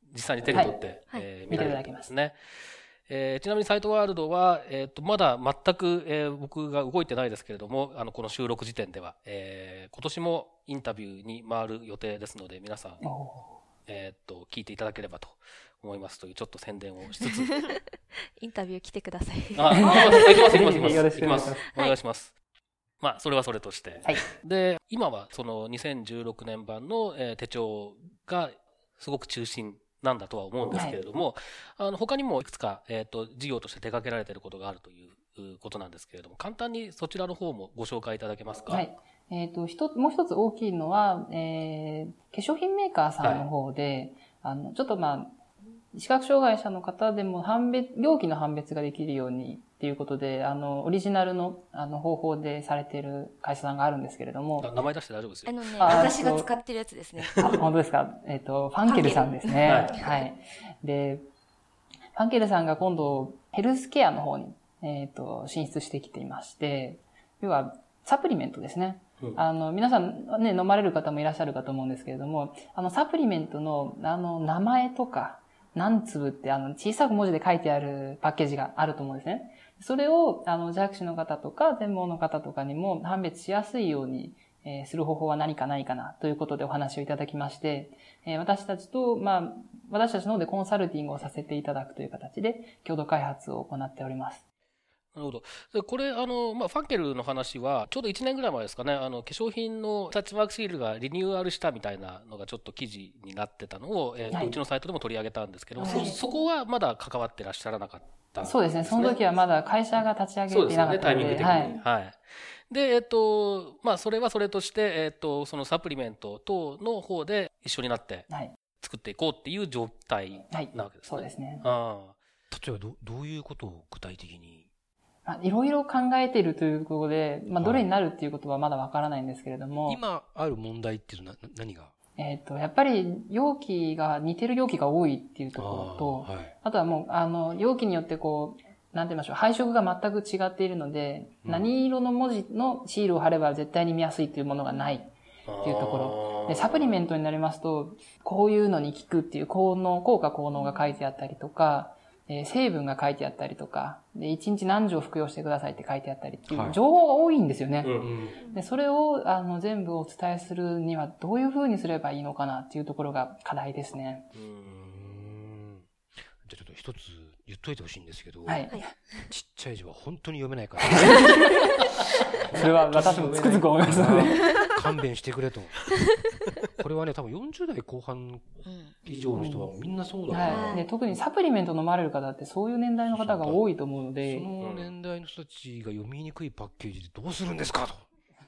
実際に手に取って、 はいえー見ていた見られだけまするんですね。えーちなみにサイトワールドは、えーとまだ全く、えー僕が動いてないですけれども、あのこの収録時点では、えー今年もインタビューに回る予定ですので、皆さん、 おえーと聞いていただければと思いますというちょっと宣伝をしつつ、 インタビュー来てください。 あ、行きます行きます行きますよろしく行きますお願いしますお願いします。まあそれはそれとして、 はい。 で今はそのにせんじゅうろくねん版の、えー手帳がすごく中心なんだとは思うんですけれども、あの他にもいくつか、えー、と事業として手掛けられていることがあるといううことなんですけれども、簡単にそちらの方もご紹介いただけますか。 はい。えっ、と、一つ、もう一つ大きいのは、えー、化粧品メーカーさんの方で、あの、ちょっとまあ、視覚障害者の方でも判別、容器の判別ができるようにっていうことで、あの、オリジナルの、あの、方法でされている会社さんがあるんですけれども、 あ名前出して大丈夫ですよ。 あのね、 あ私が使ってるやつですね。 あ、本当ですか。えっ、と、ファンケルさんですね。 ファンケルはい。で、ファンケルさんが今度、ヘルスケアの方に、えっ、と、進出してきていまして、要は、サプリメントですね。 うんあの、皆さんね、飲まれる方もいらっしゃるかと思うんですけれども、あの、サプリメントの、あの、名前とか、何粒って、あの、小さく文字で書いてあるパッケージがあると思うんですね。それを、あの、弱視の方とか、全盲の方とかにも判別しやすいように、えーする方法は何かないかな、ということでお話をいただきまして、えー私たちと、まあ、私たちの方でコンサルティングをさせていただくという形で、共同開発を行っております。 なるほど。でこれ、あの、まあ、ファンケルの話は、ちょうどいちねんぐらい前ですかね、あの、化粧品のタッチマークシールがリニューアルしたみたいなのがちょっと記事になってたのを、えーとはいうちのサイトでも取り上げたんですけど、 はいそ、そこはまだ関わってらっしゃらなかったんそうですね。その時はまだ会社が立ち上げていなかったので、 タイミング的に。 はい。 はい。で、えっと、まあ、それはそれとして、えっと、そのサプリメント等の方で一緒になってはい。 作っていこうっていう状態はい。 なわけですね。 そうですね。 あ例えばど、どういうことを具体的に。 まあいろいろ考えているということで、まあ、どれになるっていうことはまだわからないんですけれども、 今ある問題っていうのはな何が。 えっと、やっぱり容器が、似てる容器が多いっていうところと、 あーはい。 あとはもう、あの、容器によってこう、なんて言いましょう、配色が全く違っているので、 うん何色の文字のシールを貼れば絶対に見やすいっていうものがない。 あ。 っていうところで、サプリメントになりますと、こういうのに効くっていう効能、効果効能が書いてあったりとか、えー成分が書いてあったりとか、で、いちにち何錠服用してくださいって書いてあったりっていうはい情報が多いんですよね。 うん。 で、それを、あの、全部お伝えするにはどういう風にすればいいのかなっていうところが課題ですね。 う。 うんん。じゃあちょっと一つ言っといてほしいんですけど、 はい。 ちっちゃい字は本当に読めないから、 それは私もつくづく思いますので。 勘弁してくれと。これはね、多分よんじゅう代後半うん以上の人はみんなそうだから、 はい。で、特にサプリメント飲まれる方ってそういう年代の方が多いと思うのでそ、の年代の人たちが読みにくいパッケージでどうするんですかと。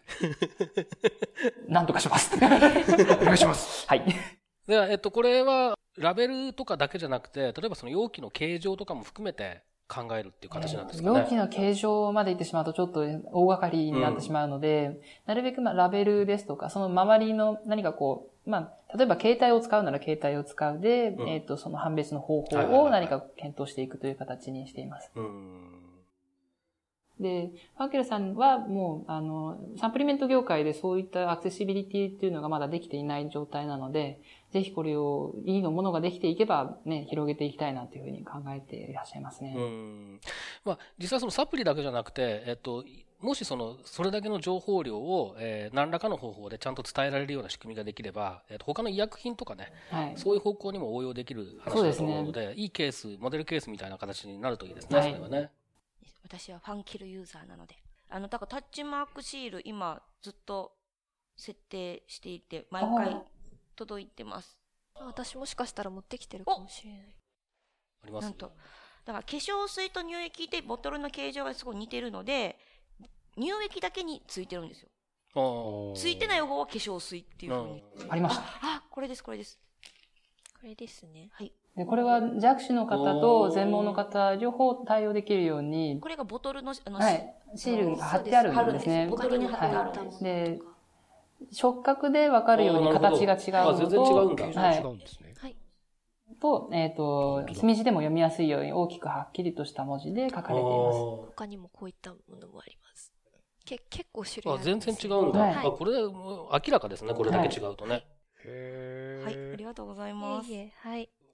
なんとかします。 お願いします。 はい。 では、えっと、これは、ラベルとかだけじゃなくて、例えばその容器の形状とかも含めて考えるっていう形なんですかね。 容器の形状まで行ってしまうとちょっと大掛かりになってしまうので、なるべくまあラベルですとか、その周りの何かこう、まあ、例えば携帯を使うなら携帯を使うで、 うんえっと、その判別の方法はいはいはいを何か検討していくという形にしています。 うん。 で、ファンケルさんはもう、あの、サプリメント業界でそういったアクセシビリティっていうのがまだできていない状態なので、ぜひこれを、いいのものができていけばね、広げていきたいなというふうに考えていらっしゃいますね。 うん。まあ、実際そのサプリだけじゃなくて、えっと、もしその、それだけの情報量を、えー何らかの方法でちゃんと伝えられるような仕組みができれば、えっと、他の医薬品とかね、 はい。 そういう方向にも応用できる話だと思うので、いいケース、モデルケースみたいな形になるといいですね、 はいそれはね。 私はファンキルユーザーなので。あの、だからタッチマークシール、今、ずっと設定していて、毎回届いてます。 私もしかしたら持ってきてるかもしれない。 ありますね。 なんと。だから化粧水と乳液でボトルの形状がすごい似てるので、乳液だけについてるんですよ。 あーついてない方は化粧水っていう風に。 ありました。 あ、これです、これです。 これですね。 はい。 で、これは弱視の方と全盲の方、両方対応できるように、 これがボトルの、あの、 はい、シールが貼ってあるんですね。 ボトルに貼ってあるんです。 はいで、触覚で分かるように形が違うのあ全然違うんと、 だはい違。うんですね。 はい。 と、えっ、と、墨字でも読みやすいように大きくはっきりとした文字で書かれています。 他にもこういったものもあります。け結構種類ああ、 る全然違うんだ。 はいあ、これ、もう明らかですね。これだけ違うとね。 へはい、ありがとうございいます。 えいえ、はい。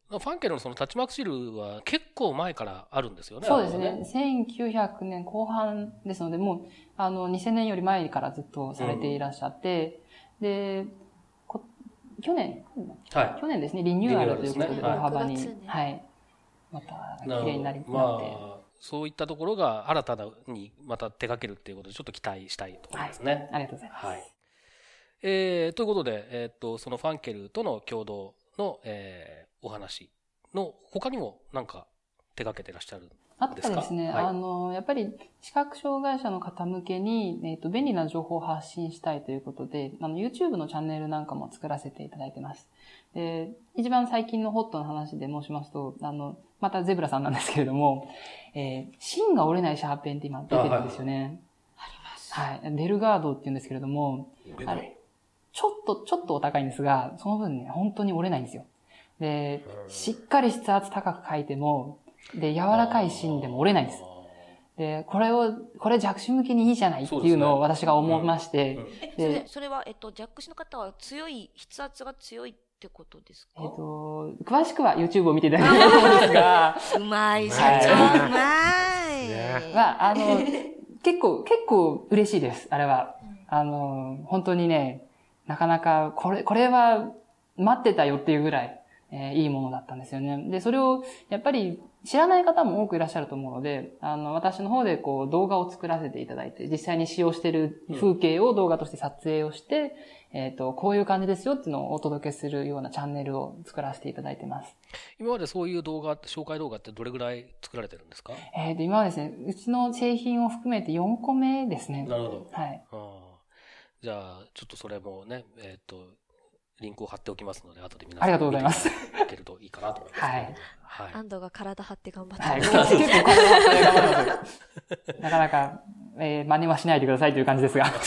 ファンケルのそのタッチマークシールは結構前からあるんですよね。 そうですね。せんきゅうひゃくねんこう半ですので、もう、あの、にせんねんより前からずっとされていらっしゃって、うん、で、去年、はい、去年ですね、リニューアルということで大幅に、ね、はい、また綺麗になり、なって、まあ、 そういったところが新たにまた手掛けるっていうことでちょっと期待したいところですね。はい、 ありがとうございます。はい。 えー、ということで、えっと、そのファンケルとの共同の、えー、お話の他にもなんか手掛けてらっしゃるんですか？ あとはですね、はい、あの、やっぱり視覚障害者の方向けに、えっと、便利な情報を発信したいということで、あの、YouTube のチャンネルなんかも作らせていただいてます。で、一番最近のホットな話で申しますと、あの、またゼブラさんなんですけれども、えー、芯が折れないシャーペンって今出てるんですよね。 あります。 はい。デルガードって言うんですけれども、あれ、ちょっと、ちょっとお高いんですが、その分ね、本当に折れないんですよ。で、しっかり筆圧高く書いても、で、柔らかい芯でも折れないんです。で、これを、これ弱視向けにいいじゃないっていうのを私が思いまして。 え、それ、それは、えっと、弱視の方は強い、筆圧が強いってことですか？ えっと、詳しくは YouTube を見ていただきたいと思うんですが。 うまい、社長、うまい。 まあ、あの、結構、結構嬉しいです、あれは。あの、本当にね、なかなか、これ、これは待ってたよっていうぐらい、えー、いいものだったんですよね。で、それを、やっぱり、知らない方も多くいらっしゃると思うので、あの、私の方でこう動画を作らせていただいて、実際に使用している風景を動画として撮影をして、うん、えっと、こういう感じですよっていうのをお届けするようなチャンネルを作らせていただいてます。 今までそういう動画、紹介動画ってどれぐらい作られてるんですか？ えっと、今はですね、うちの製品を含めてよんこめですね。 なるほど。 はい。 あ、じゃあ、ちょっとそれもね、えっと、リンクを貼っておきますので、後で皆さんありがとうございます。 いただけるといいかなと思います、ね。はい。 はい。安藤が体張って頑張ってはい。結構体張って頑張ってます。なかなか、えー、真似はしないでくださいという感じですが。はい。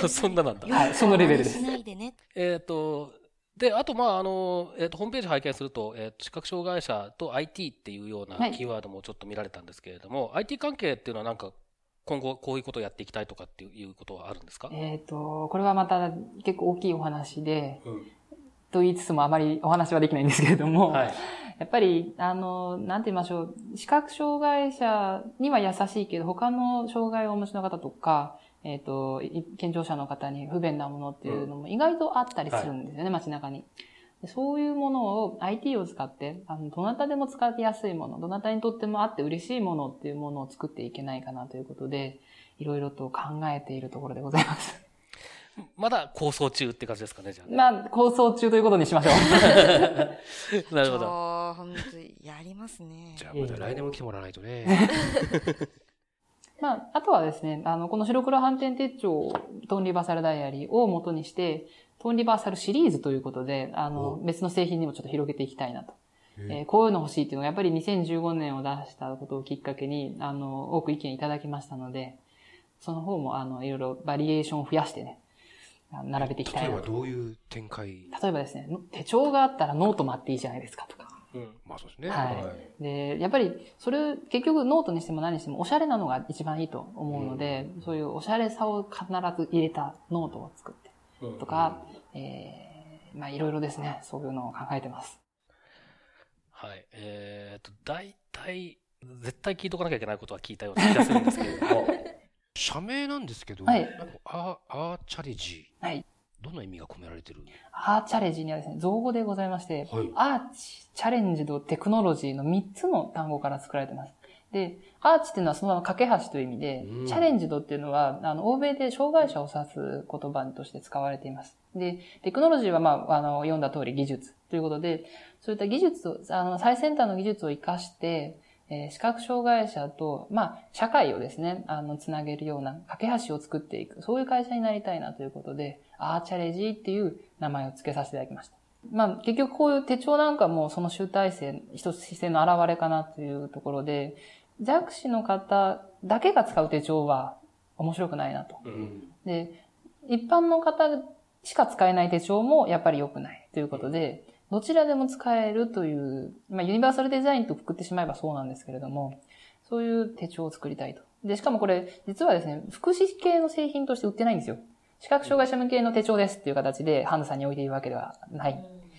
そんななんだ。 はい。そのレベルです。 しないでね。 えっと、で、あと、まあ、あの、えっと、ホームページ拝見すると、えっと、視覚障害者と アイティー っていうようなキーワードもちょっと見られたんですけれども、はい、アイティー 関係っていうのはなんか、今後こういうことをやっていきたいとかっていうことはあるんですか？ えっと、これはまた結構大きいお話で、うん、と言いつつもあまりお話はできないんですけれども、はい、やっぱり、あの、なんて言いましょう、視覚障害者には優しいけど、他の障害をお持ちの方とか、えっと、健常者の方に不便なものっていうのも意外とあったりするんですよね、うん、街中に。そういうものを アイティー を使って、あの、どなたでも使いやすいもの、どなたにとってもあって嬉しいものっていうものを作っていけないかなということで、いろいろと考えているところでございます。 まだ構想中って感じですかね、じゃあ、ね。 まあ、構想中ということにしましょう。なるほど。 本当にやりますね。 じゃあ、また来年も来てもらわないとね。 まあ、あとはですね、あの、この白黒反転手帳、トーンリバーサルダイアリーを元にして、トーンリバーサルシリーズということで、あの、別の製品にもちょっと広げていきたいなと。えー、こういうの欲しいっていうのがやっぱりにせんじゅうごねんを出したことをきっかけに、あの、多く意見いただきましたので、その方も、あの、いろいろバリエーションを増やしてね、並べていきたいなと。 例えばどういう展開？ 例えばですね、手帳があったらノートもあっていいじゃないですかとか。 うん。 まあそうですね。 はい。で、やっぱり、それ、結局ノートにしても何にしてもおしゃれなのが一番いいと思うので、うん、そういうおしゃれさを必ず入れたノートを作って、うん、とか、えー、まあいろいろですね、そういうのを考えてます。 はい。えーと、大体、絶対聞いとかなきゃいけないことは聞いたような気がするんですけれども。 社名なんですけど、 はい、 アー、アーチャレジー。 はい。 どんな意味が込められてる？ アーチャレジにはですね、造語でございまして、 はい、 アーチ、チャレンジとテクノロジーのみっつの単語から作られています。で、アーチっていうのはそのまま架け橋という意味で、うん、チャレンジドっていうのは、あの、欧米で障害者を指す言葉として使われています。で、テクノロジーはまあ、あの、読んだ通り技術ということで、そういった技術を、あの、最先端の技術を活かして、えー、視覚障害者と、まあ、社会をですね、あの、つなげるような架け橋を作っていく、そういう会社になりたいなということで、アーチャレジーっていう名前を付けさせていただきました。まあ、結局こういう手帳なんかもその集大成、一つ姿勢の表れかなというところで、弱視の方だけが使う手帳は面白くないなと。うん、で、一般の方しか使えない手帳もやっぱり良くないということで、どちらでも使えるという、まあ、ユニバーサルデザインとくくってしまえばそうなんですけれども、そういう手帳を作りたいと。で、しかもこれ、実はですね、福祉系の製品として売ってないんですよ。視覚障害者向けの手帳ですっていう形でハンズさんに置いているわけではない。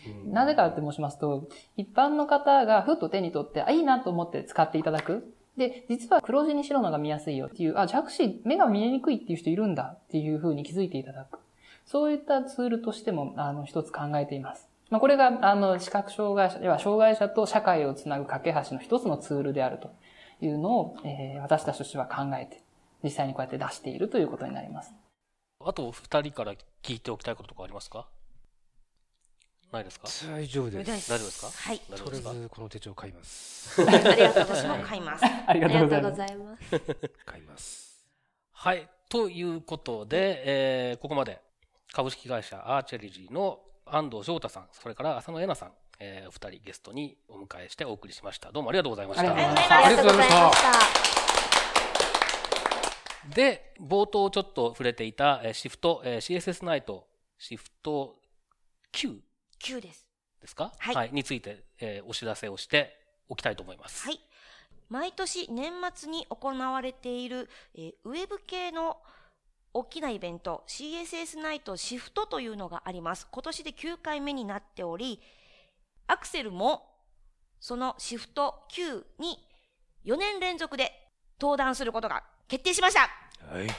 うんなぜかって申しますと、一般の方がふっと手に取って、あ、いいなと思って使っていただく。で、実は黒字に白のが見やすいよっていう、あ、弱視、目が見えにくいっていう人いるんだっていう風に気づいていただく。そういったツールとしても、あの、一つ考えています。まあ、これが、あの、視覚障害者、要は障害者と社会をつなぐ架け橋の一つのツールであるというのを、えー、私たちとしては考えて、実際にこうやって出しているということになります。 あと二人から聞いておきたいこととかありますか？ないですか？ 大丈夫です。 大丈夫ですか？ はい。 大丈とりあえ夫ですか？ ずこの手帳買います。 ありがとうご私もざいます。 買います。 ありがありがとうごとうございます。 ざいます。 買います。 はい。ということで、えーここまで株式会社アーチェリジーの安藤翔太さん、それから浅野恵奈さん、えーお二人ゲストにお迎えしてお送りしました。どうもありがとうございました。 ありがとうございましたありがとうございました。 で、冒頭ちょっと触れていたえーシフト、えー シーエスエス ナイト、シフト きゅうきゅうです。 ですか？ はいについて、えーお知らせをしておきたいと思います。 はい。毎年年末に行われている、えーウェブ系の大きなイベント シーエスエス ナイトシフトというのがあります。今年できゅうかいめになっており、アクセルもそのシフトきゅうによねん連続で登壇することが決定しました。 はい。はい。 はい。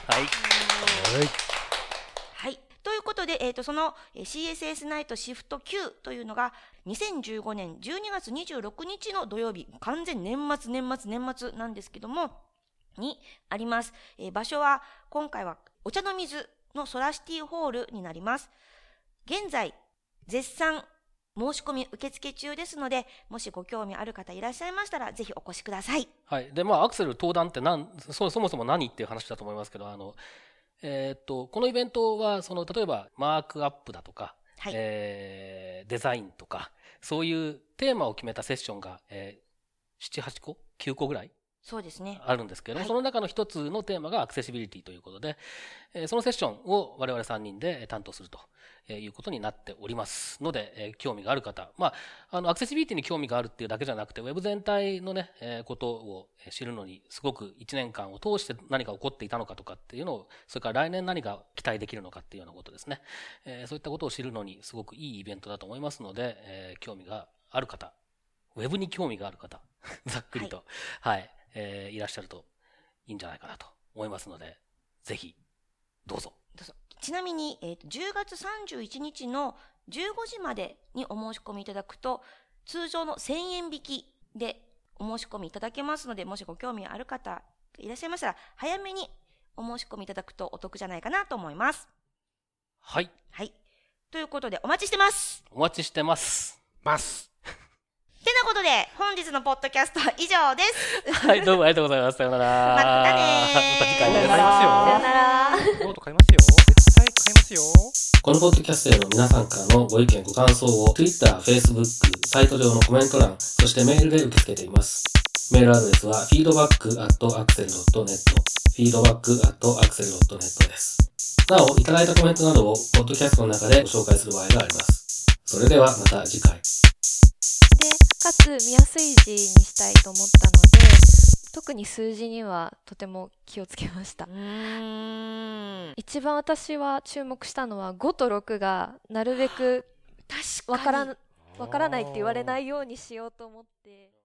はい。ということで、えっと、そのえー シーエスエス ナイトシフトきゅうというのがにせんじゅうごねんじゅうにがつにじゅうろくにちの土曜日、完全年末年末年末なんですけども、にあります。えー場所は今回はお茶の水のソラシティホールになります。現在、絶賛申し込み受付中ですので、もしご興味ある方いらっしゃいましたら、ぜひお越しください。 はい。で、まあ、アクセル登壇ってなんそ、そもそも何っていう話だと思いますけど、あの、えーっと、このイベントは、その、例えば、マークアップだとか、 はい。 えーデザインとか、そういうテーマを決めたセッションが、えー、なな、はちこ ?きゅう 個ぐらいそうですね。 あるんですけど、 はいその中の一つのテーマがアクセシビリティということで、えーそのセッションを我々さんにんで担当するということになっておりますので、えー興味がある方、まあ、あの、アクセシビリティに興味があるっていうだけじゃなくて、ウェブ全体のね、えーことを知るのに、すごくいちねんかんを通して何が起こっていたのかとかっていうのを、それから来年何が期待できるのかっていうようなことですね。えーそういったことを知るのにすごくいいイベントだと思いますので、えー興味がある方、ウェブに興味がある方、ざっくりと、はい、えーいらっしゃるといいんじゃないかなと思いますので、ぜひ、どうぞ。 どうぞ。ちなみに、えーと、じゅうがつさんじゅういちにちのじゅうごじまでにお申し込みいただくと、通常のせんえん引きでお申し込みいただけますので、もしご興味ある方いらっしゃいましたら、早めにお申し込みいただくとお得じゃないかなと思います。 はい、 はい。ということで、お待ちしてます。 お待ちしてます。 ます。 てなことで、本日のポッドキャストは以上です。 はい、どうもありがとうございます。さようなら。 またねーまた次回です。 さようならさよなら。 ノート買いますよ。絶対買いますよ。 このポッドキャストへの皆さんからのご意見ご感想を Twitter、Facebook、サイト上のコメント欄、そしてメールで受け付けています。メールアドレスは フィードバック アット アクセル ドット ネット フィードバック アット アクセル ドット ネット です。なお、いただいたコメントなどをポッドキャストの中でご紹介する場合があります。それではまた次回。 で、かつ見やすい字にしたいと思ったので、特に数字にはとても気をつけました。 うーん。 一番私は注目したのはごとろくがなるべく確かに。 わからんわからないって言われないようにしようと思って。